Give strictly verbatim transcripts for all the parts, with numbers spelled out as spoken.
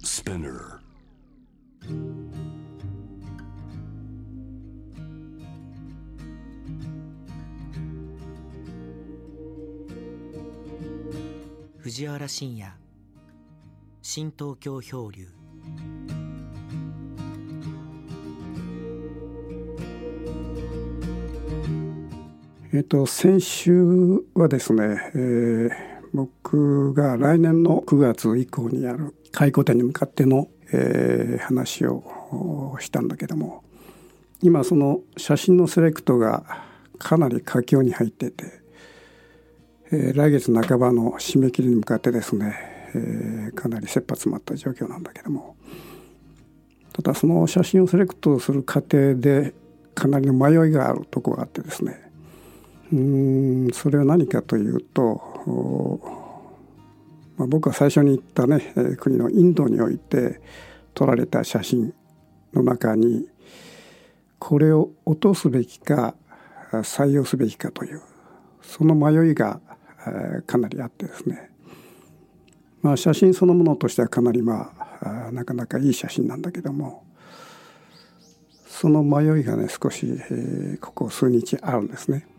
Spinner. 藤原信也新東京漂流。 えっと先週はですね、えー、僕が来年のくがつ以降にやる回顧展に向かっての、えー、話をしたんだけども、今その写真のセレクトがかなり佳境に入ってて、えー、来月半ばの締め切りに向かってですね、えー、かなり切羽詰まった状況なんだけども、ただその写真をセレクトする過程でかなりの迷いがあるところがあってですね、うーんそれは何かというと、まあ、僕は最初に言ったね、えー、国のインドにおいて撮られた写真の中にこれを落とすべきか採用すべきかというその迷いが、えー、かなりあってですね、まあ、写真そのものとしてはかなりまあなかなかいい写真なんだけども、その迷いがね少し、えー、ここ数日あるんですね。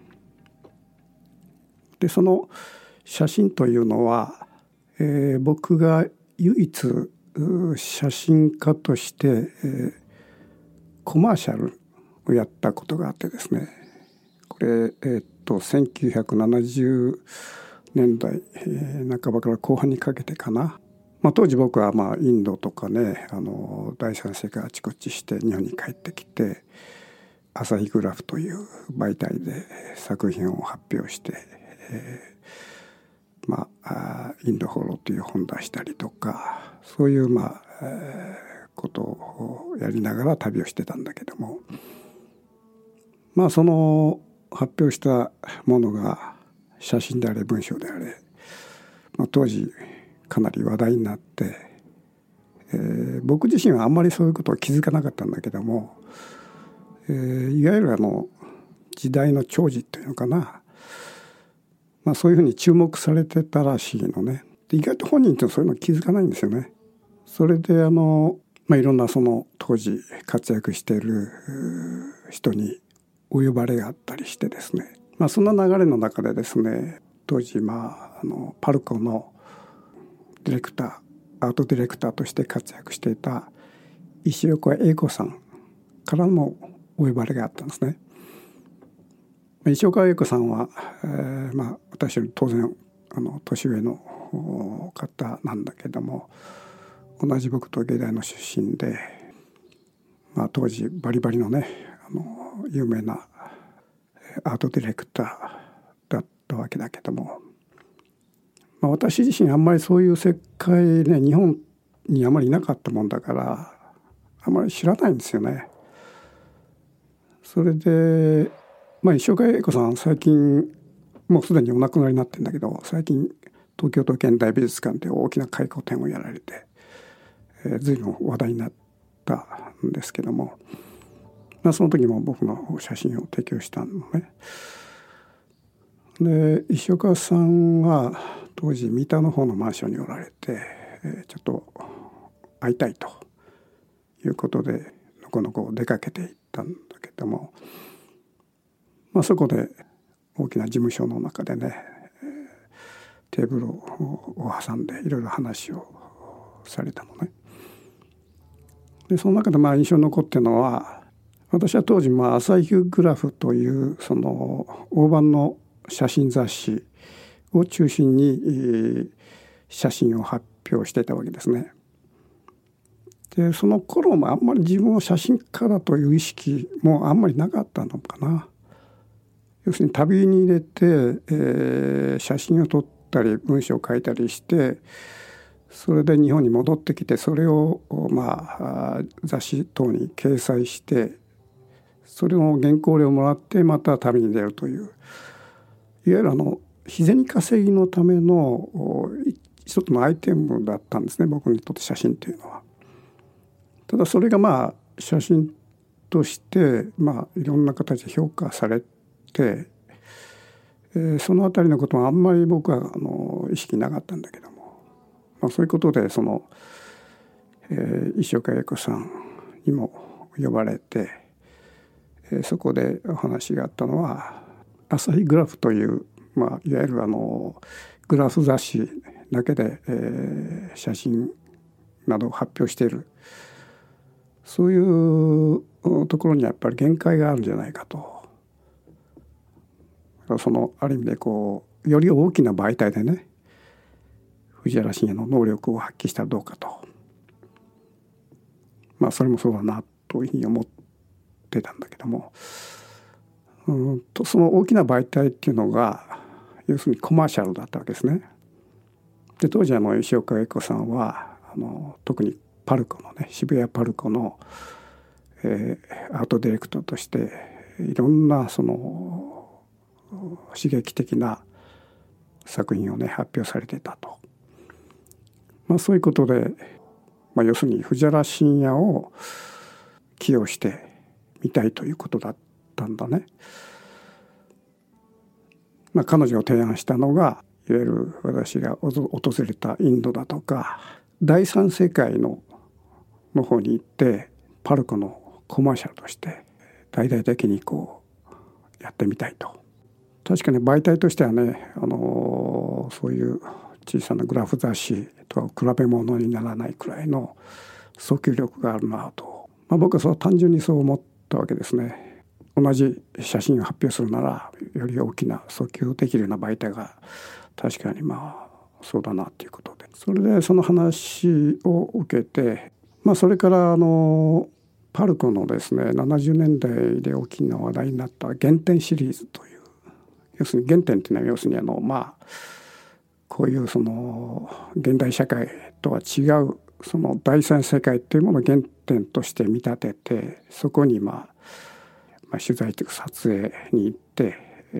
でその写真というのは、えー、僕が唯一写真家として、えー、コマーシャルをやったことがあってですね、これ、えー、っとせんきゅうひゃくななじゅうねんだい、えー、半ばから後半にかけてかな、まあ、当時僕はまあインドとかね、あの第三世界あちこちして日本に帰ってきて、朝日グラフという媒体で作品を発表して、えー、まあインド放浪という本出したりとか、そういうまあ、えー、ことをやりながら旅をしてたんだけども、まあその発表したものが写真であれ文章であれ、まあ、当時かなり話題になって、えー、僕自身はあんまりそういうことを気づかなかったんだけども、えー、いわゆるあの時代の寵児というのかな、まあ、そういうふうに注目されてたらしいのね。で意外と本人ってそういうの気づかないんですよね。それであの、まあ、いろんなその当時活躍している人にお呼ばれがあったりしてですね、まあ、そんな流れの中でですね、当時、まあ、あのパルコのディレクターアートディレクターとして活躍していた石岡英子さんからもお呼ばれがあったんですね。石岡英子さんは、えーまあ、私より当然あの年上の方なんだけども、同じ僕と芸大の出身で、まあ、当時バリバリのねあの有名なアートディレクターだったわけだけども、まあ、私自身あんまりそういう世界ね日本にあまりいなかったもんだからあんまり知らないんですよね。それで、まあ、石岡英子さん最近もうすでにお亡くなりになってるんだけど、最近東京都現代美術館で大きな回顧展をやられて、えー、随分話題になったんですけども、まあ、その時も僕の写真を提供したのね。で石岡さんは当時三田の方のマンションにおられて、えー、ちょっと会いたいということでのこのこ出かけていったんだけども、まあ、そこで大きな事務所の中でね、テーブルを挟んでいろいろ話をされたのね。でその中でまあ印象に残っているのは、私は当時まあ朝日グラフというその大判の写真雑誌を中心に写真を発表していたわけですね。でその頃もあんまり自分を写真家だという意識もあんまりなかったのかな。要するに旅に入れて、えー、写真を撮ったり文章を書いたりして、それで日本に戻ってきてそれを、まあ、雑誌等に掲載して、それの原稿料をもらってまた旅に出るという、いわゆるあの日銭稼ぎのための一つのアイテムだったんですね、僕にとって写真というのは。ただそれがまあ写真として、まあ、いろんな形で評価されて、えー、そのあたりのことはあんまり僕はあの意識なかったんだけども、まあ、そういうことでその、 えー、石岡英子さんにも呼ばれて、えー、そこでお話があったのは朝日グラフという、まあ、いわゆるあのグラフ雑誌だけで、えー、写真などを発表している、そういうところにやっぱり限界があるんじゃないかと。そのある意味でこうより大きな媒体でね、藤原信也の能力を発揮したらどうかと、まあそれもそうだなというふうに思ってたんだけども、うんとその大きな媒体っていうのが要するにコマーシャルだったわけですね。で当時あの石岡英子さんはあの特にパルコのね、渋谷パルコの、えー、アートディレクターとしていろんなその刺激的な作品をね発表されていたと、まあ、そういうことで、まあ、要するに藤原信也を起用してみたいということだったんだね。まあ、彼女を提案したのがいわゆる私が訪れたインドだとか第三世界のの方に行ってパルコのコマーシャルとして大々的にこうやってみたいと。確かに媒体としてはね、あのそういう小さなグラフ雑誌とは比べ物にならないくらいの訴求力があるなと、まあ、僕はそう単純にそう思ったわけですね。同じ写真を発表するならより大きな訴求できるような媒体が確かにまあそうだなということで、それでその話を受けて、まあ、それからあのパルコのですねななじゅうねんだいで大きな話題になった原点シリーズという、要するに原点っていうのは要するにあのまあこういうその現代社会とは違うその第三世界っていうものを原点として見立てて、そこにまあ、まあ、取材というか撮影に行って、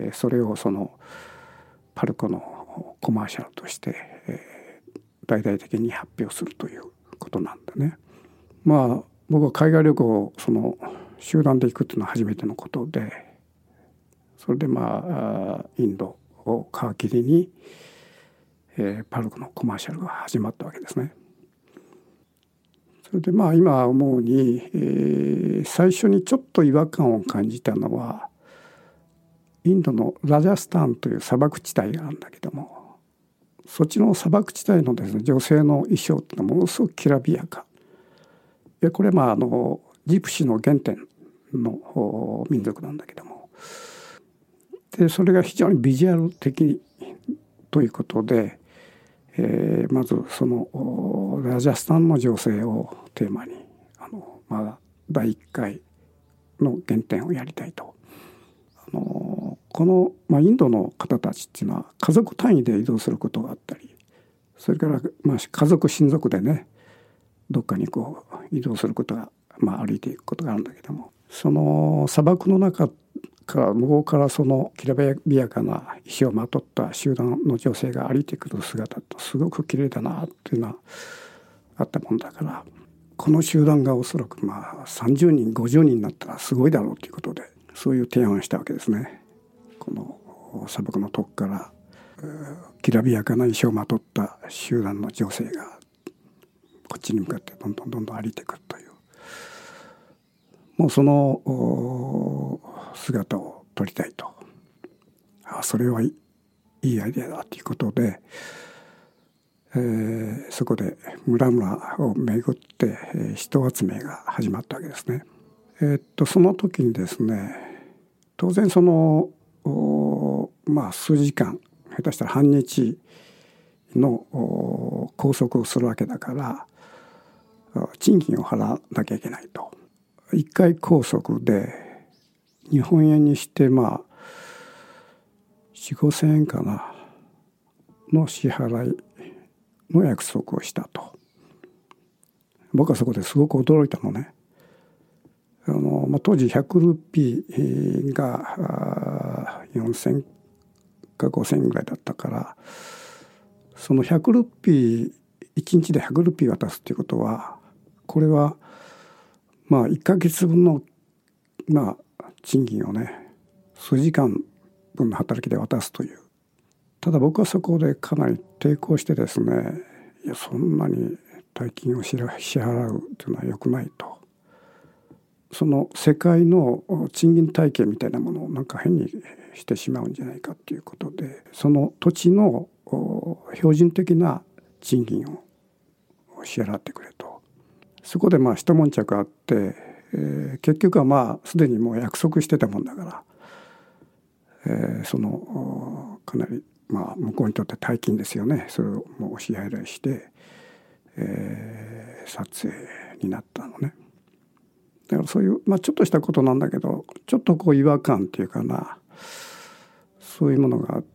それをそのパルコのコマーシャルとして大々的に発表するということなんだね。まあ僕は海外旅行をその集団で行くっていうのは初めてのことで、それでまあインドを皮切りに、えー、パルコのコマーシャルが始まったわけですね。それでまあ今思うに、えー、最初にちょっと違和感を感じたのはインドのラジャスタンという砂漠地帯があるんだけども、そっちの砂漠地帯のですね女性の衣装っていうのはものすごくきらびやか。いやこれまああのジプシーの原点の民族なんだけども、でそれが非常にビジュアル的ということで、えー、まずそのラジャスタンの情勢をテーマにあの、まあ、だいいっかいの原点をやりたいと。あのこの、まあ、インドの方たちっていうのは家族単位で移動することがあったり、それから、まあ、家族親族でねどっかにこう移動することが、まあ、歩いていくことがあるんだけども、その砂漠の中から向こうからそのきらびやかな石をまとった集団の女性が歩いてくる姿とすごく綺麗だなっていうのはあったもんだから、この集団がおそらくまあさんじゅうにんごじゅうにんになったらすごいだろうということで、そういう提案をしたわけですね。この砂漠のとこからきらびやかな石をまとった集団の女性がこっちに向かってどんどんどんどん歩いてくるという、もうその姿を撮りたいと。あそれはいいアイデアだということで、えー、そこで村々を巡って、えー、人集めが始まったわけですね。えー、っとその時にですね、当然そのまあ数時間、下手したら半日の拘束をするわけだから賃金を払わなきゃいけないと。いっかい拘束で日本円にしてまあよん、ごせんえんかなの支払いの約束をしたと。僕はそこですごく驚いたのね。あの、まあ、当時ひゃくルピーがよんせんかごせんえんぐらいだったから、そのひゃくルピーいちにちでひゃくルピー渡すっていうことは、これはまあいっかげつぶんのまあ賃金をね数時間分の働きで渡すという。ただ僕はそこでかなり抵抗してですね、いやそんなに大金を支払うというのは良くないと。その世界の賃金体系みたいなものをなんか変にしてしまうんじゃないかということで、その土地の標準的な賃金を支払ってくれと。そこでまあ一悶着あって、えー、結局はまあすでにもう約束してたもんだから、えー、そのかなりまあ向こうにとって大金ですよね。それをもう支払いして、えー、撮影になったのね。だからそういう、まあ、ちょっとしたことなんだけど、ちょっとこう違和感っていうかな、そういうものがあって、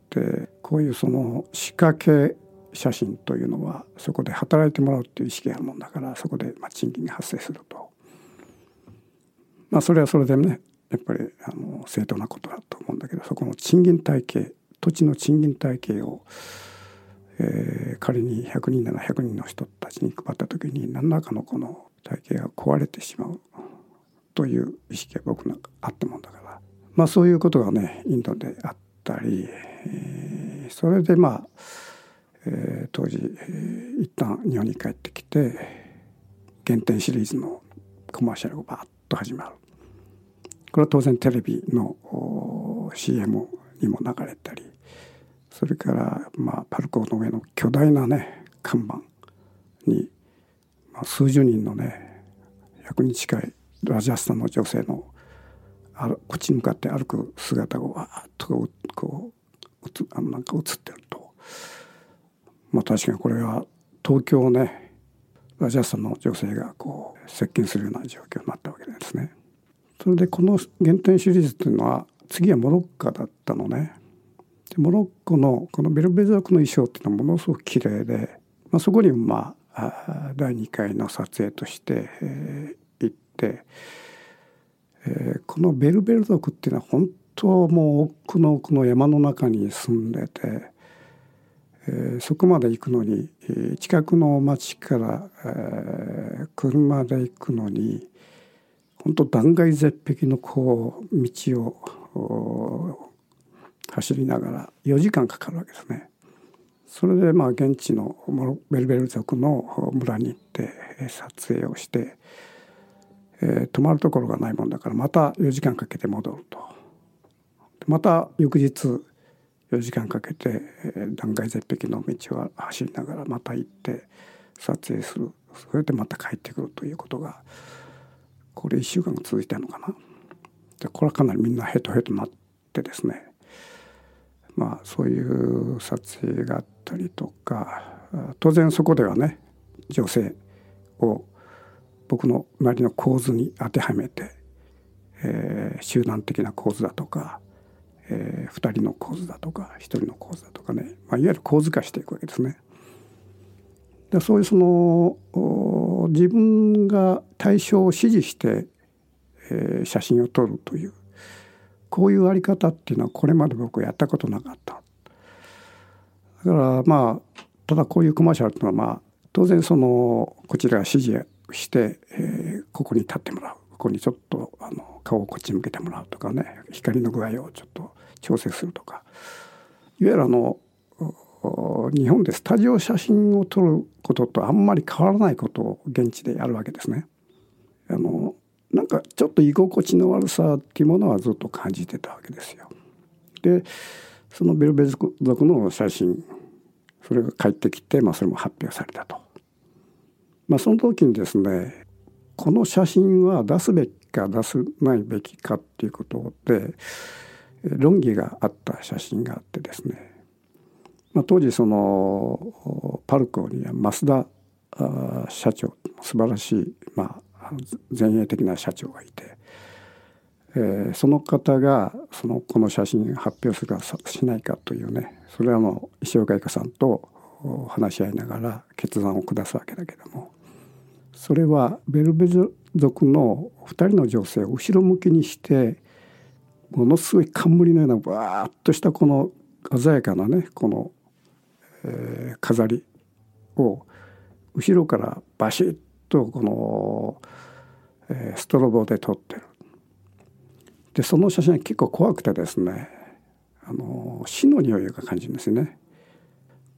こういうその仕掛け写真というのはそこで働いてもらうっていう意識があるもんだから、そこでまあ賃金が発生すると、まあそれはそれでねやっぱりあの正当なことだと思うんだけど、そこの賃金体系、土地の賃金体系を、えー、仮にひゃくにんならひゃくにんの人たちに配った時に何らかのこの体系が壊れてしまうという意識が僕なんかあったもんだから、まあそういうことがねインドであったり、えー、それでまあ、えー、当時、えー、一旦日本に帰ってきて原点シリーズのコマーシャルがバーッと始まる。これは当然テレビの シーエム にも流れたり、それからまあパルコの上の巨大なね看板に、まあ、数十人のねひゃくにん近いラジャスタンの女性のあこっちに向かって歩く姿がわーっとこうつあのなんか映ってると、まあ確かにこれは東京をねラジャスタンの女性がこう接近するような状況になったわけですね。それでこの原点シリーズというのは次はモロッコだったのね。でモロッコのこのベルベ族の衣装っていうのはものすごく綺麗で、まあ、そこにもまあだいにかいの撮影として、えーでえー、このベルベル族っていうのは本当もう奥の奥の山の中に住んでて、えー、そこまで行くのに、えー、近くの町から、えー、車で行くのに本当断崖絶壁のこう道を走りながらよじかんかかるわけですね。それでまあ現地のベルベル族の村に行って撮影をして、えー、泊まるところがないもんだからまたよじかんかけて戻ると、また翌日よじかんかけて、えー、断崖絶壁の道を走りながらまた行って撮影する。それでまた帰ってくるということがこれいっしゅうかん続いたのかな。でこれはかなりみんなヘトヘトになってですね、まあそういう撮影があったりとか、当然そこではね女性を僕の周りの構図に当てはめて、えー、集団的な構図だとか、えー、ふたりの構図だとかひとりの構図だとかね、まあ、いわゆる構図化していくわけですね。でそういうその自分が対象を支持して、えー、写真を撮るというこういうあり方っていうのはこれまで僕はやったことなかった。だからまあただこういうコマーシャルっていうのはまあ当然そのこちらが指示して、えー、ここに立ってもらう、ここにちょっとあの顔をこっちに向けてもらうとかね、光の具合をちょっと調整するとか、いわゆるあの日本でスタジオ写真を撮ることとあんまり変わらないことを現地でやるわけですね。あのなんかちょっと居心地の悪さっていうものはずっと感じてたわけですよ。でそのベルベ族の写真、それが返ってきて、まあ、それも発表されたと。まあ、その時にですね、この写真は出すべきか出さないべきかっていうことで論議があった写真があってですね、まあ、当時そのパルコには増田社長、素晴らしい、まあ、前衛的な社長がいて、えー、その方がそのこの写真発表するかしないかというね、それはもう石岡由香さんと話し合いながら決断を下すわけだけども、それはベルベ族のふたりの女性を後ろ向きにしてものすごい冠のようなバーッとしたこの鮮やかなねこの、えー、飾りを後ろからバシッとこの、えー、ストロボで撮ってる。でその写真は結構怖くてですね、あの死の匂いが感じるんですよね。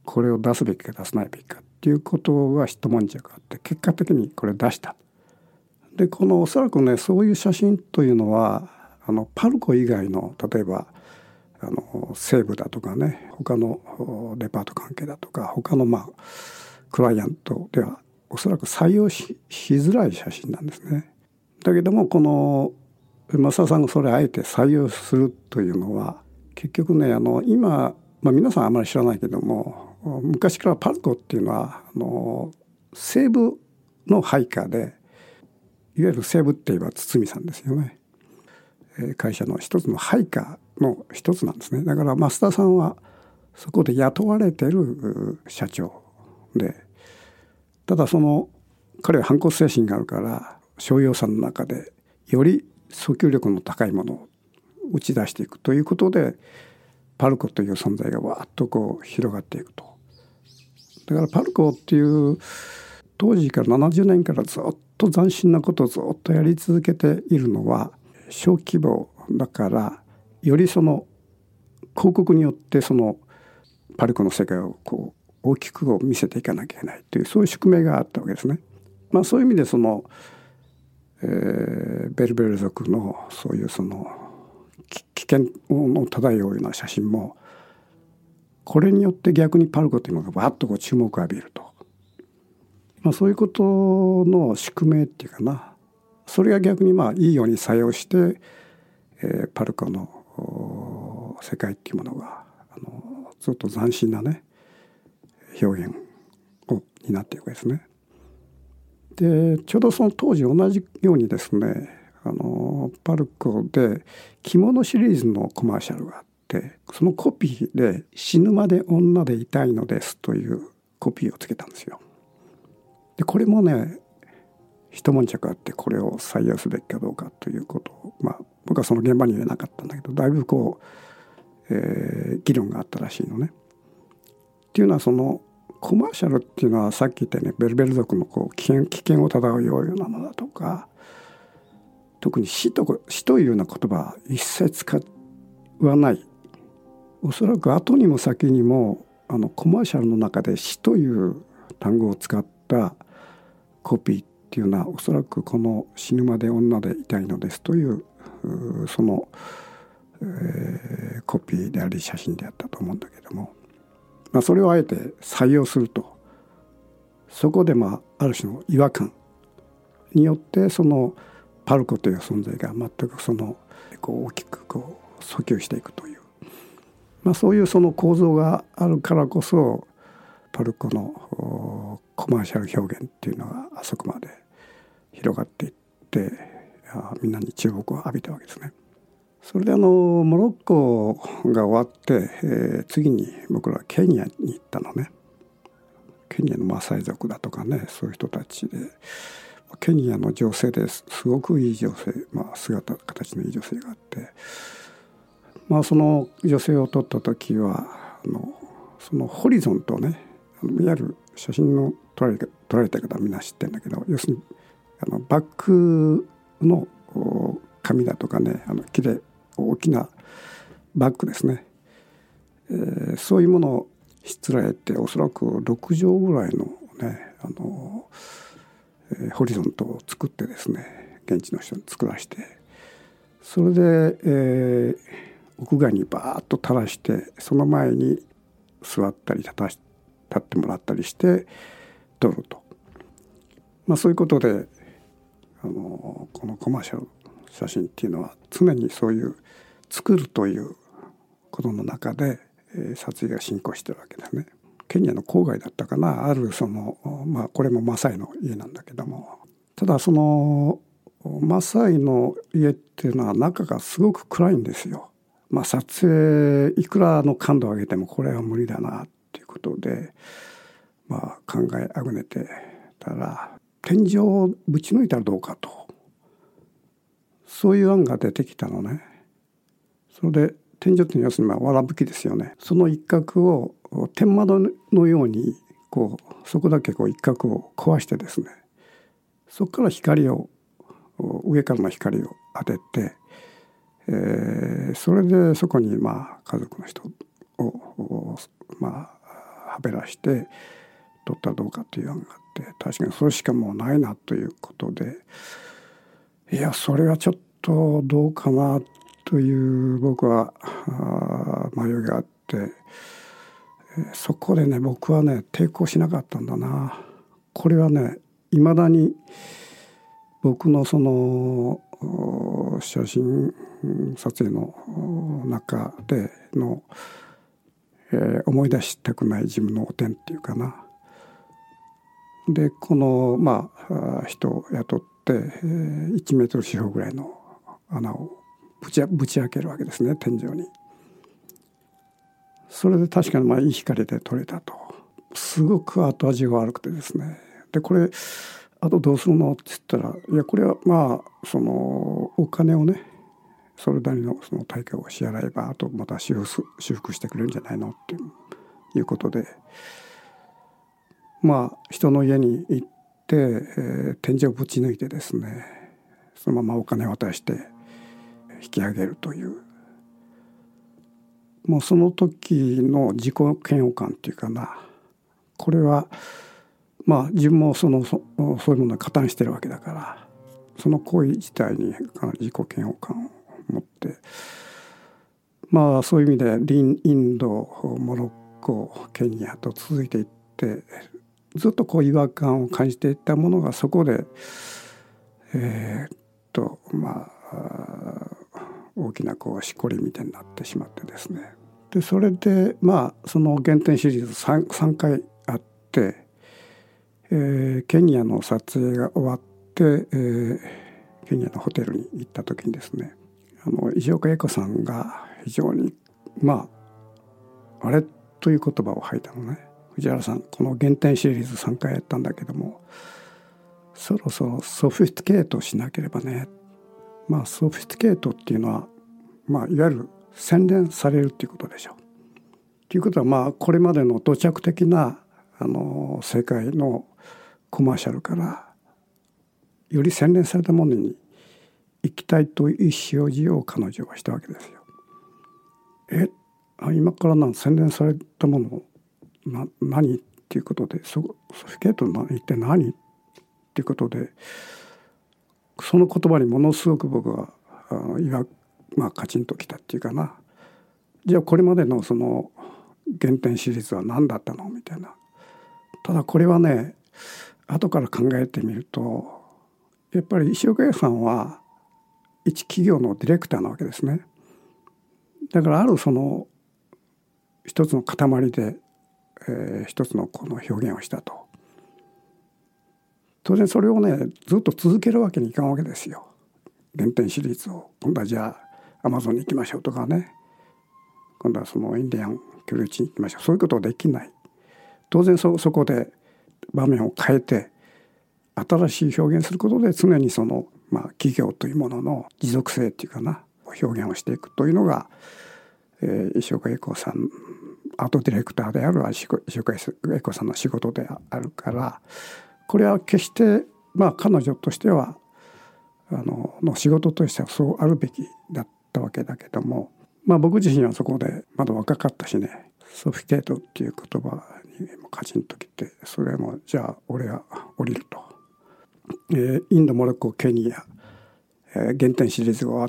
これを出すべきか出さないべきかっていうことが一悶着あって、結果的にこれ出した。でこのおそらくねそういう写真というのはあのパルコ以外の例えばあの西武だとかね他のデパート関係だとか他のまあクライアントではおそらく採用 し, しづらい写真なんですね。だけどもこの増田さんがそれをあえて採用するというのは結局ねあの今、まあ、皆さんあまり知らないけども昔からパルコっていうのはあの西武の配下でいわゆる西武って言えば堤さんですよね。会社の一つの配下の一つなんですね。だから増田さんはそこで雇われてる社長で、ただその彼は反骨精神があるから商用さんの中でより訴求力の高いものを打ち出していくということでパルコという存在がわーっとこう広がっていくと。だからパルコっていう当時からななじゅうねんからずっと斬新なことをずっとやり続けているのは小規模だからよりその広告によってそのパルコの世界をこう大きく見せていかなきゃいけないというそういう宿命があったわけですね。まあそういう意味でその、えー、ベルベル族のそういうその危険の漂うような写真もこれによって逆にパルコというものがわっとこう注目を浴びると、まあ、そういうことの宿命っていうかな、それが逆にまあいいように作用して、えー、パルコの世界っていうものがあのずっと斬新なね表現をになっていくわけですね。でちょうどその当時同じようにですねあのパルコで着物シリーズのコマーシャルがあってそのコピーで死ぬまで女でいたいのですというコピーをつけたんですよ。でこれもね一悶着あってこれを採用すべきかどうかということを、まあ、僕はその現場には言えなかったんだけどだいぶこう、えー、議論があったらしいのね。っていうのはそのコマーシャルっていうのはさっき言ったようにベルベル族のこう危険、危険を漂うようなものだとか特に死と、死というような言葉は一切使わない。おそらく後にも先にもあのコマーシャルの中で死という単語を使ったコピーっていうのはおそらくこの死ぬまで女でいたいのですというその、えー、コピーであり写真であったと思うんだけども、まあ、それをあえて採用するとそこでまあある種の違和感によってそのパルコという存在が全くそのこう大きくこう訴求していくという、まあ、そういうその構造があるからこそパルコのコマーシャル表現っていうのがあそこまで広がっていってみんなに注目を浴びたわけですね。それであのモロッコが終わって、えー、次に僕らはケニアに行ったのね。ケニアのマサイ族だとかねそういう人たちでケニアの女性ですごくいい女性、まあ、姿形のいい女性があって、まあ、その女性を撮った時はあのそのホリゾンとねいわゆる写真の撮られ、撮られた方はみんな知ってるんだけど要するにあのバックの紙だとかねあの木で大きなバッグですね、えー、そういうものをしつらえておそらくろくじょうぐらいのねあの、えー、ホリゾントを作ってですね現地の人に作らせてそれで、えー、屋外にバーッと垂らしてその前に座ったり立たし立ってもらったりして撮ると、まあ、そういうことであのこのコマーシャル写真っていうのは常にそういう作るということの中で、えー、撮影が進行してるわけですね。ケニアの郊外だったかなあるその、まあ、これもマサイの家なんだけどもただそのマサイの家っていうのは中がすごく暗いんですよ。まあ、撮影いくらの感度を上げてもこれは無理だなっていうことで、まあ、考えあぐねてたら天井をぶち抜いたらどうかとそういう案が出てきたのね。それで天井っていうのは要するにまあわらぶきですよね。その一角を天窓のようにこうそこだけこう一角を壊してですねそこから光を上からの光を当てて、えー、それでそこにまあ家族の人をまあはべらして撮ったらどうかという案があって、確かにそれしかもうないなということで、いやそれはちょっとどうかなという僕は迷いがあって、そこでね僕はね抵抗しなかったんだな。これはねいまだに僕のその写真撮影の中での、えー、思い出したくない自分の汚点っていうかな。でこのまあ人を雇って、えー、いちメートル四方ぐらいの穴をぶちぶち開けるわけですね、天井に。それで確かにまあいい光で撮れたと。すごく後味が悪くてですね。でこれあとどうするのって言ったら、いやこれはまあそのお金をねそれなりのその対価を支払えばあとまた修復修復してくれるんじゃないのっていうことで、まあ人の家に行って、えー、天井をぶち抜いてですね、そのままお金を渡して引き上げるという、もうその時の自己嫌悪感っていうかな、これはまあ自分もその そ, そういうものに加担してるわけだから、その行為自体にかなり自己嫌悪感を持って、まあそういう意味でインドモロッコケニアと続いていって、ずっとこう違和感を感じていったものがそこでえー、っとまあ大きなこうしこりみたいになってしまってですね。でそれでまあその原点シリーズ 3, さんかいあって、えー、ケニアの撮影が終わって、えー、ケニアのホテルに行った時にですね、あの石岡英子さんが非常にまああれという言葉を吐いたのね。藤原さん、この原点シリーズさんかいやったんだけども、そろそろソフィスティケートしなければね。まあソフィスティケートっていうのは、まあ、いわゆる洗練されるっていうことでしょう。ということはまあこれまでの土着的なあの世界のコマーシャルからより洗練されたものに行きたいという意思表示を彼女はしたわけですよ。え今からなん洗練されたものな何っていうことで、ソフィスティケートの一体何っていうことで、その言葉にものすごく僕はあのいわまあカチンときたっていうかな。じゃあこれまでのその原点シリーズは何だったのみたいな。ただこれはね後から考えてみると、やっぱり石岡屋さんは一企業のディレクターなわけですね。だからあるその一つの塊で、えー、一つのこの表現をしたと。当然それをねずっと続けるわけにいかんわけですよ。原点シリーズを今度はじゃあアマゾンに行きましょうとかね、今度はそのインディアン居留地に行きましょう、そういうことはできない。当然 そ, そこで場面を変えて新しい表現することで常にその、まあ、企業というものの持続性っていうかな表現をしていくというのが、えー、石岡英子さんアートディレクターである石岡英子さんの仕事であるから、これは決してまあ彼女としてはあのの仕事としてはそうあるべきだったわけだけども、まあ僕自身はそこでまだ若かったしね、ソフィスティケートっていう言葉にカチンときて、それもじゃあ俺は降りると、えー、インドモロッコケニア、えー、原点シリーズが終わって、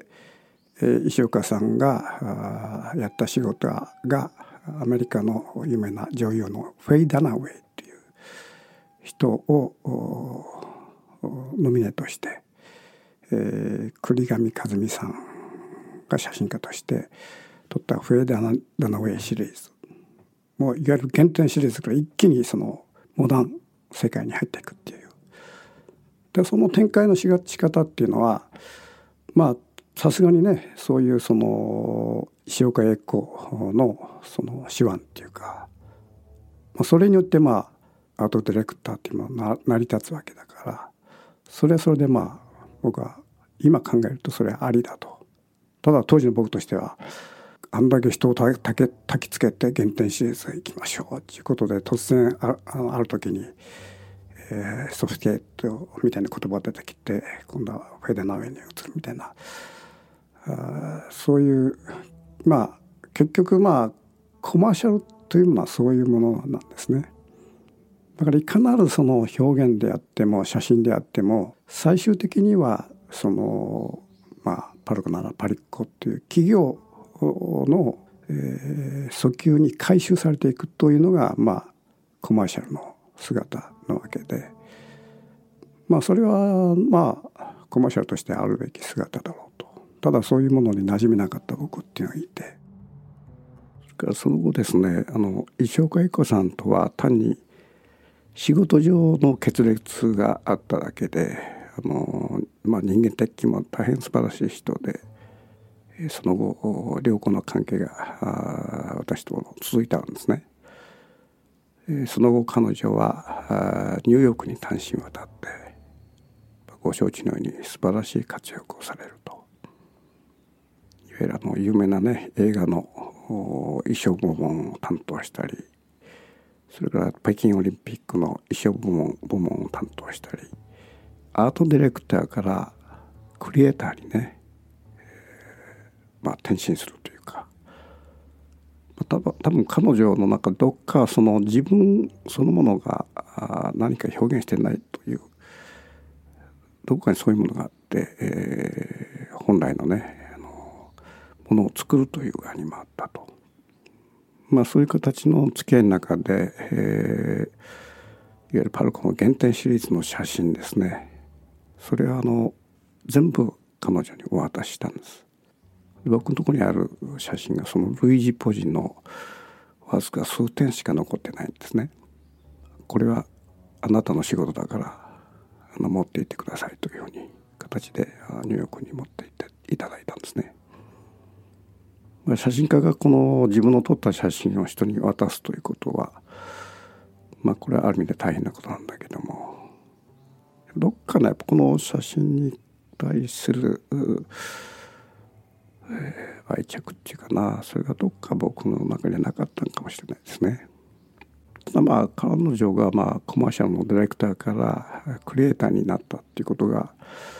えー、石岡さんがやった仕事がアメリカの有名な女優のフェイ・ダナウェイっていう人をノミネートして、えー、栗上和美さんが写真家として撮ったフェイ・ダナウェイシリーズ、もういわゆる原点シリーズから一気にそのモダン世界に入っていくっていう。でその展開のし方っていうのはまあさすがにねそういうその石岡英子のその手腕っていうか、まあ、それによってまあアートディレクターっていうのは成り立つわけだから、それはそれでまあ僕は今考えるとそれはありだと。ただ当時の僕としてはあんだけ人をたたけ焚きつけて原点シリーズへ行きましょうということで、突然 あ, あ, ある時に、えー、ソフィスティケートみたいな言葉が出てきて、今度はフェイダナウェイに移るみたいな、あそういうまあ結局まあコマーシャルっというのはそういうものなんですね。だからいかなるその表現であっても写真であっても最終的にはそのまあパルコならパリッコっていう企業の、えー、訴求に回収されていくというのがまあコマーシャルの姿なわけで、まあそれはまあコマーシャルとしてあるべき姿だろうと。ただそういうものに馴染めなかった僕っていうのがいて、それからその後ですね、あの石岡由子さんとは単に仕事上の決裂があっただけで、あの、まあ、人間的にも大変素晴らしい人で、その後良好な関係が私と続いたんですね。その後彼女はニューヨークに単身渡ってご承知のように素晴らしい活躍をされると。いわゆるあの有名なね映画の衣装部門を担当したり、それから北京オリンピックの衣装部門、部門を担当したり、アートディレクターからクリエイターにね、えーまあ、転身するというか、多分、多分彼女の中どっかその自分そのものが何か表現してないというどこかにそういうものがあって、えー、本来のねあのものを作るという側に回ったと。まあそういう形の付き合いの中で、えー、いわゆるパルコの原点シリーズの写真ですね。それはあの全部彼女にお渡ししたんです。僕のところにある写真がその類似ポジのわずか数点しか残ってないんですね。これはあなたの仕事だからあの持っていってくださいというように形でニューヨークに持っていっていただいたんですね。まあ、写真家がこの自分の撮った写真を人に渡すということは、まあこれはある意味で大変なことなんだけども、どっかのやっぱこの写真に対する、えー、愛着っていうかな、それがどっか僕の中にはなかったのかもしれないですね。ただまあ彼女がまあコマーシャルのディレクターからクリエイターになったっていうことが、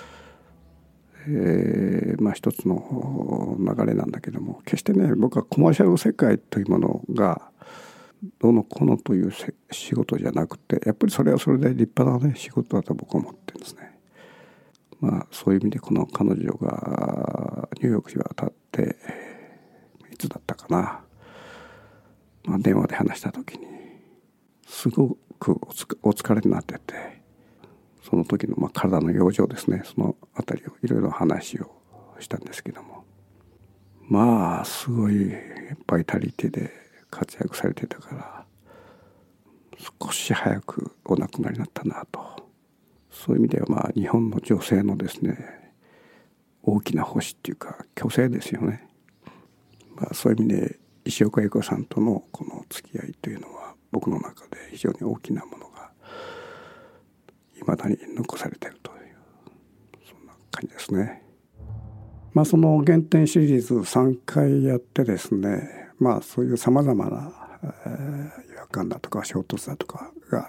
えー、まあ一つの流れなんだけども、決してね僕はコマーシャル世界というものがどうのこうのという仕事じゃなくて、やっぱりそれはそれで立派なね仕事だと僕は思ってるんですね。まあそういう意味でこの彼女がニューヨークに渡っていつだったかな、まあ、電話で話した時にすごくお疲れになってて、その時のまあ体の養生ですね、そのあたりをいろいろ話をしたんですけども、まあすごいバイタリティで活躍されてたから少し早くお亡くなりになったなと。そういう意味ではまあ日本の女性のですね大きな星っていうか巨星ですよね。まあ、そういう意味で石岡由子さんとのこの付き合いというのは僕の中で非常に大きなものが未だに残されているというそんな感じですね。まあその原点シリーズさんかいやってですね、まあそういうさまざまな、えー、違和感だとか衝突だとかがあって、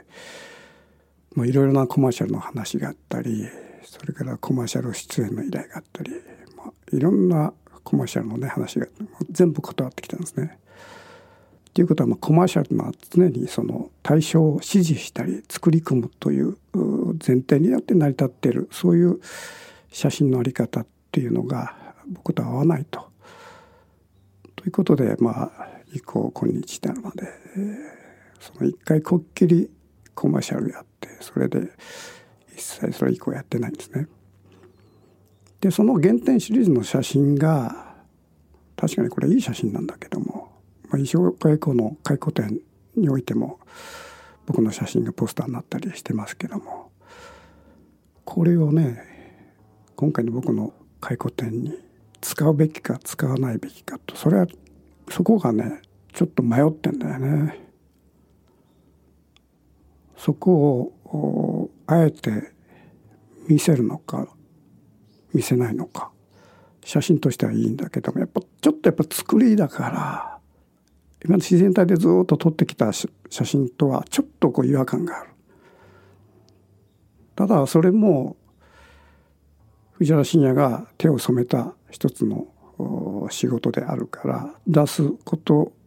まあ、いろいろなコマーシャルの話があったり、それからコマーシャル出演の依頼があったり、まあ、いろんなコマーシャルのね話が全部断ってきたんですね。ということはまあコマーシャルは常にその対象を支持したり作り込むという前提によって成り立っている、そういう写真のあり方っていうのが僕と合わないと。ということでまあ以降今日至るまで、えー、その一回こっきりコマーシャルやってそれで一切それ以降やってないんですね。でその原点シリーズの写真が確かにこれいい写真なんだけども、まあ、石岡由子の回顧展においても僕の写真がポスターになったりしてますけども、これをね今回の僕の回顧展に使うべきか使わないべきかと、それはそこがねちょっと迷ってんだよね。そこをあえて見せるのか見せないのか、写真としてはいいんだけども、やっぱちょっとやっぱ作りだから今の自然体でずっと撮ってきた写真とはちょっとこう違和感がある。ただそれも藤原信也が手を染めた一つの仕事であるから、出すこと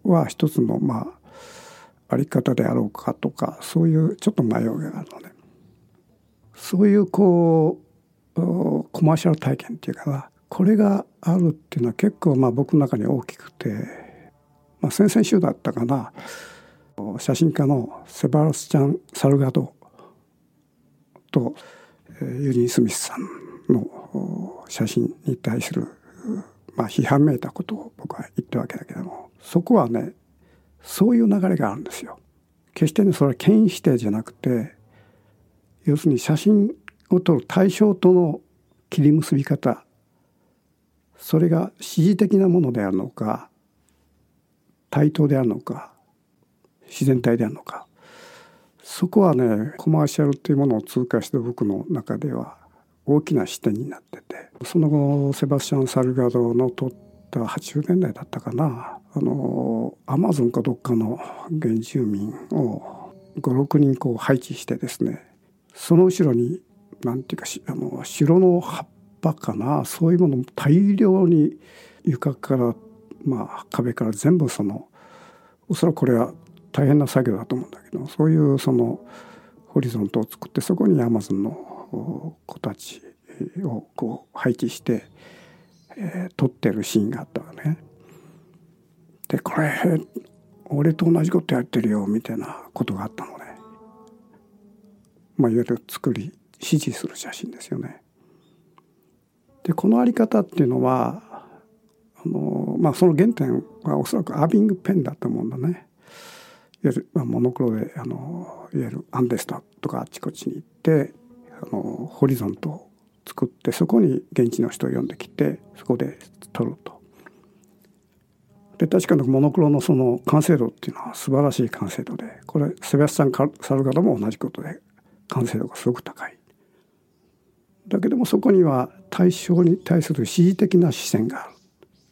は一つのまああり方であろうかとか、そういうちょっと迷いがあるのね。そういうこうコマーシャル体験っていうかな、これがあるっていうのは結構まあ僕の中に大きくて、まあ、先々週だったかな、写真家のセバスチャン・サルガドとユリー・スミスさんの写真に対する、まあ、批判めいたことを僕は言ったわけだけども、そこはねそういう流れがあるんですよ。決してねそれは権威否定じゃなくて、要するに写真を撮る対象との切り結び方、それが詩事的なものであるのか、対等であるのか、自然体であるのか、そこはねコマーシャルというものを通過して僕の中では大きな視点になってて、その後セバスチャン・サルガドの撮ったはちじゅうねんだいだったかな、あのアマゾンかどっかの原住民をごろくにんこう配置してですね、その後ろになんていうかあの城の葉っぱかな、そういうものを大量に床からまあ壁から全部その、おそらくこれは大変な作業だと思うんだけど、そういうそのホリゾントを作って、そこにアマゾンの子たちをこう配置して、えー、撮ってるシーンがあったわね。でこれ俺と同じことやってるよみたいなことがあったのね。まあいわゆる作り指示する写真ですよね。でこのあり方っていうのはあの、まあ、その原点はおそらくアービングペンだと思うんだね。いわゆる、まあ、モノクロであのいわゆるアンデスタとかあちこちに行ってあのホリゾントを作って、そこに現地の人を呼んできてそこで撮ると。で確かにモノクロのその完成度っていうのは素晴らしい完成度で、これセバスチャン・サルガドも同じことで完成度がすごく高い。だけどもそこには対象に対する詩事的な視線がある。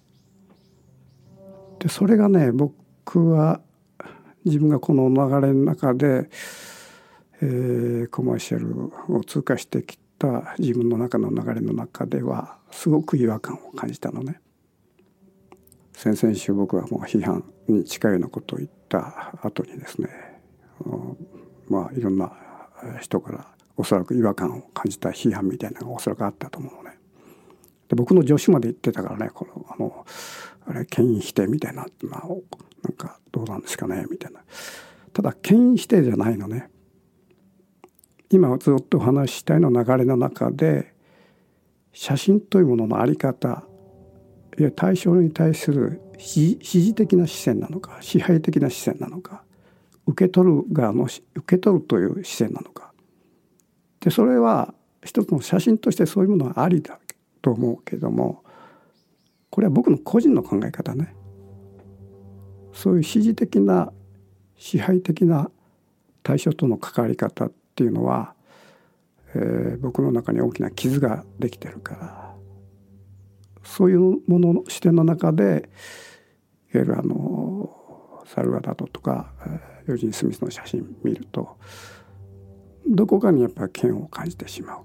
でそれがね僕は自分がこの流れの中で、えー、コマーシャルを通過してきた自分の中の流れの中ではすごく違和感を感じたのね。先々週僕はもう批判に近いようなことを言った後にですね、まあいろんな人からおそらく違和感を感じた批判みたいなのがおそらくあったと思うのね。で僕の助手まで言ってたからね、このあのあれ権威否定みたいな、まあ、なんかどうなんですかねみたいな。ただ権威否定じゃないのね。今ずっとお話ししたいの流れの中で写真というもののあり方、いや対象に対する支持的な視線なのか、支配的な視線なのか、受け取る側の受け取るという視線なのか。でそれは一つの写真としてそういうものはありだと思うけども、これは僕の個人の考え方ね。そういう支持的な支配的な対象との関わり方っていうのは、えー、僕の中に大きな傷ができてるから、そういうものの視点の中でいわゆるあのサルガダドとかヨジン・スミスの写真見るとどこかにやっぱり嫌悪を感じてしまう。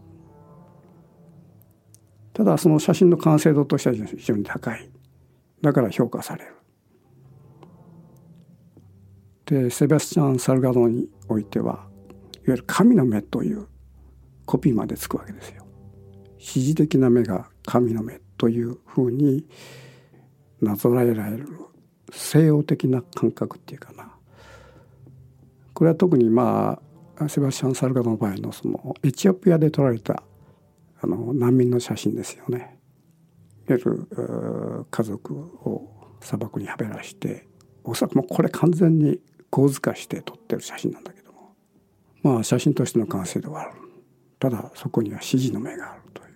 ただその写真の完成度としては非常に高い。だから評価される。でセバスチャン・サルガドにおいてはいわゆる神の目というコピーまでつくわけですよ。支持的な目が神の目というふうになぞらえられる西洋的な感覚っていうかな。これは特にまあセバスチャン・サルガドの場合のそのエチオピアで撮られたあの難民の写真ですよね。いわゆる家族を砂漠にはべらして、おそらくもうこれ完全に構図化して撮ってる写真なんだけども、まあ写真としての完成度はある。ただそこには支持の目があるという、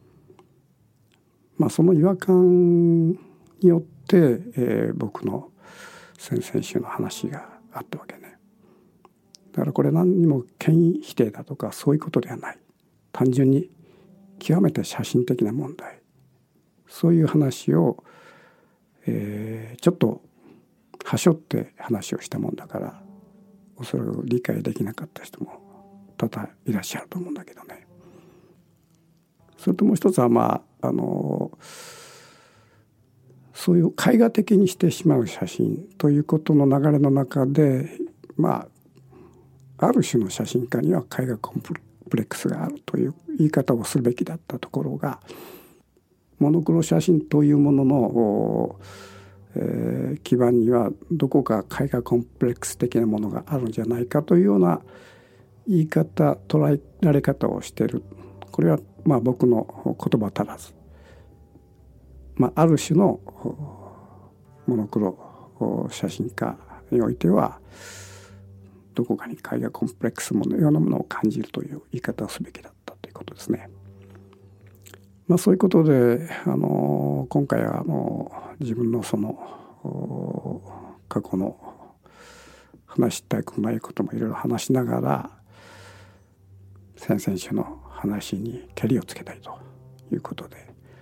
まあその違和感によって、えー、僕の先々週の話があったわけね。だからこれ何にも権威否定だとかそういうことではない。単純に極めて写真的な問題、そういう話を、えー、ちょっとはしょって話をしたもんだから、おそらく理解できなかった人も多々いらっしゃると思うんだけどね。それともう一つはまああのそういう絵画的にしてしまう写真ということの流れの中で、まあある種の写真家には絵画コンプレックスがあるという言い方をするべきだったところが、モノクロ写真というものの、えー、基盤にはどこか絵画コンプレックス的なものがあるんじゃないかというような言い方、捉えられ方をしている。これはまあ僕の言葉足らず、まあ、ある種のモノクロ写真家においてはどこかに絵画コンプレックスのようなものを感じるという言い方をすべきだったということですね。まあ、そういうことであの今回はあの自分のその過去の話したくないこともいろいろ話しながら、先々週の話にけりをつけたいということで、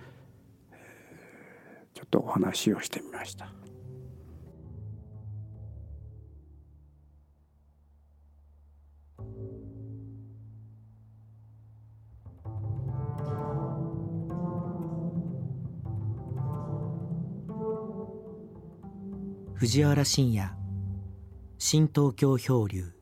ちょっとお話をしてみました。 藤原信也、新東京漂流。